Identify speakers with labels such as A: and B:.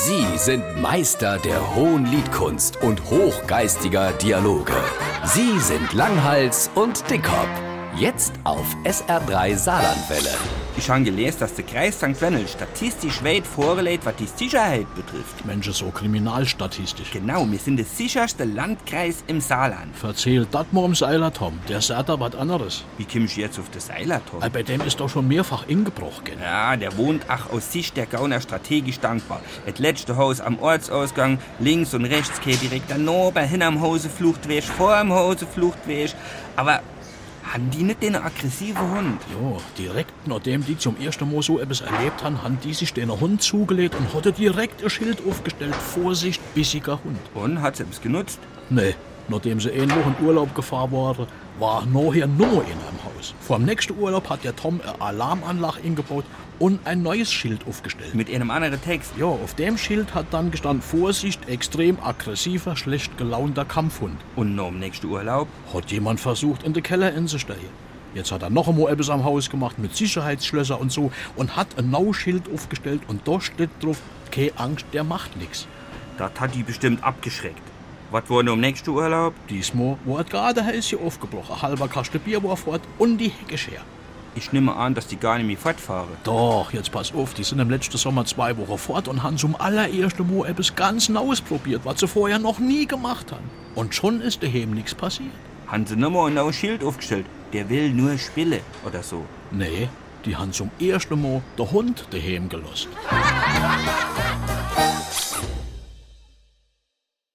A: Sie sind Meister der hohen Liedkunst und hochgeistiger Dialoge. Sie sind Langhals und Dickhop. Jetzt auf SR3 Saarlandwelle.
B: Ich habe gelesen, dass der Kreis St. Wendel statistisch weit vorgelegt, was die Sicherheit betrifft.
C: Mensch, so kriminalstatistisch.
B: Genau, wir sind der sicherste Landkreis im Saarland.
C: Verzählt dat mal um Seiler Tom, der sagt da was anderes.
B: Wie komm ich jetzt auf den Seiler, Tom?
C: Bei dem ist doch schon mehrfach Ingebruch gehen.
B: Ja, der wohnt aus Sicht der Gauner strategisch dankbar. Das letzte Haus am Ortsausgang, links und rechts geht direkt daneben, hin am Hause Fluchtweg, vor am Hause Fluchtweg. Aber haben die nicht den aggressiven Hund?
C: Jo, direkt nachdem die zum ersten Mal so etwas erlebt haben die sich den Hund zugelegt und hatte direkt ein Schild aufgestellt. Vorsicht, bissiger Hund.
B: Und hat sie es genutzt?
C: Nee, nachdem sie eine Woche in Urlaub gefahren waren, war nachher nur einer im Haus. Vor dem nächsten Urlaub hat der Tom eine Alarmanlage eingebaut und ein neues Schild aufgestellt.
B: Mit einem anderen Text?
C: Ja, auf dem Schild hat dann gestanden: Vorsicht, extrem aggressiver, schlecht gelaunter Kampfhund.
B: Und noch im nächsten Urlaub?
C: Hat jemand versucht, in den Keller einzusteigen. Jetzt hat er noch einmal etwas am Haus gemacht mit Sicherheitsschlösser und so und hat ein neues Schild aufgestellt und da steht drauf: keine Angst, der macht nichts.
B: Das hat die bestimmt abgeschreckt. Was war noch im nächsten Urlaub?
C: Diesmal war gerade Häuschen aufgebrochen, ein halber Kasten Bier war fort und die Hecke scher.
B: Ich nehme an, dass die gar nicht mehr fortfahren.
C: Doch, jetzt pass auf, die sind im letzten Sommer 2 Wochen fort und haben zum allerersten Mal etwas ganz Neues probiert, was sie vorher noch nie gemacht haben. Und schon ist daheim nichts passiert.
B: Haben sie nochmal ein neues Schild aufgestellt? Der will nur spielen oder so.
C: Nee, die haben zum ersten Mal den Hund daheim gelassen.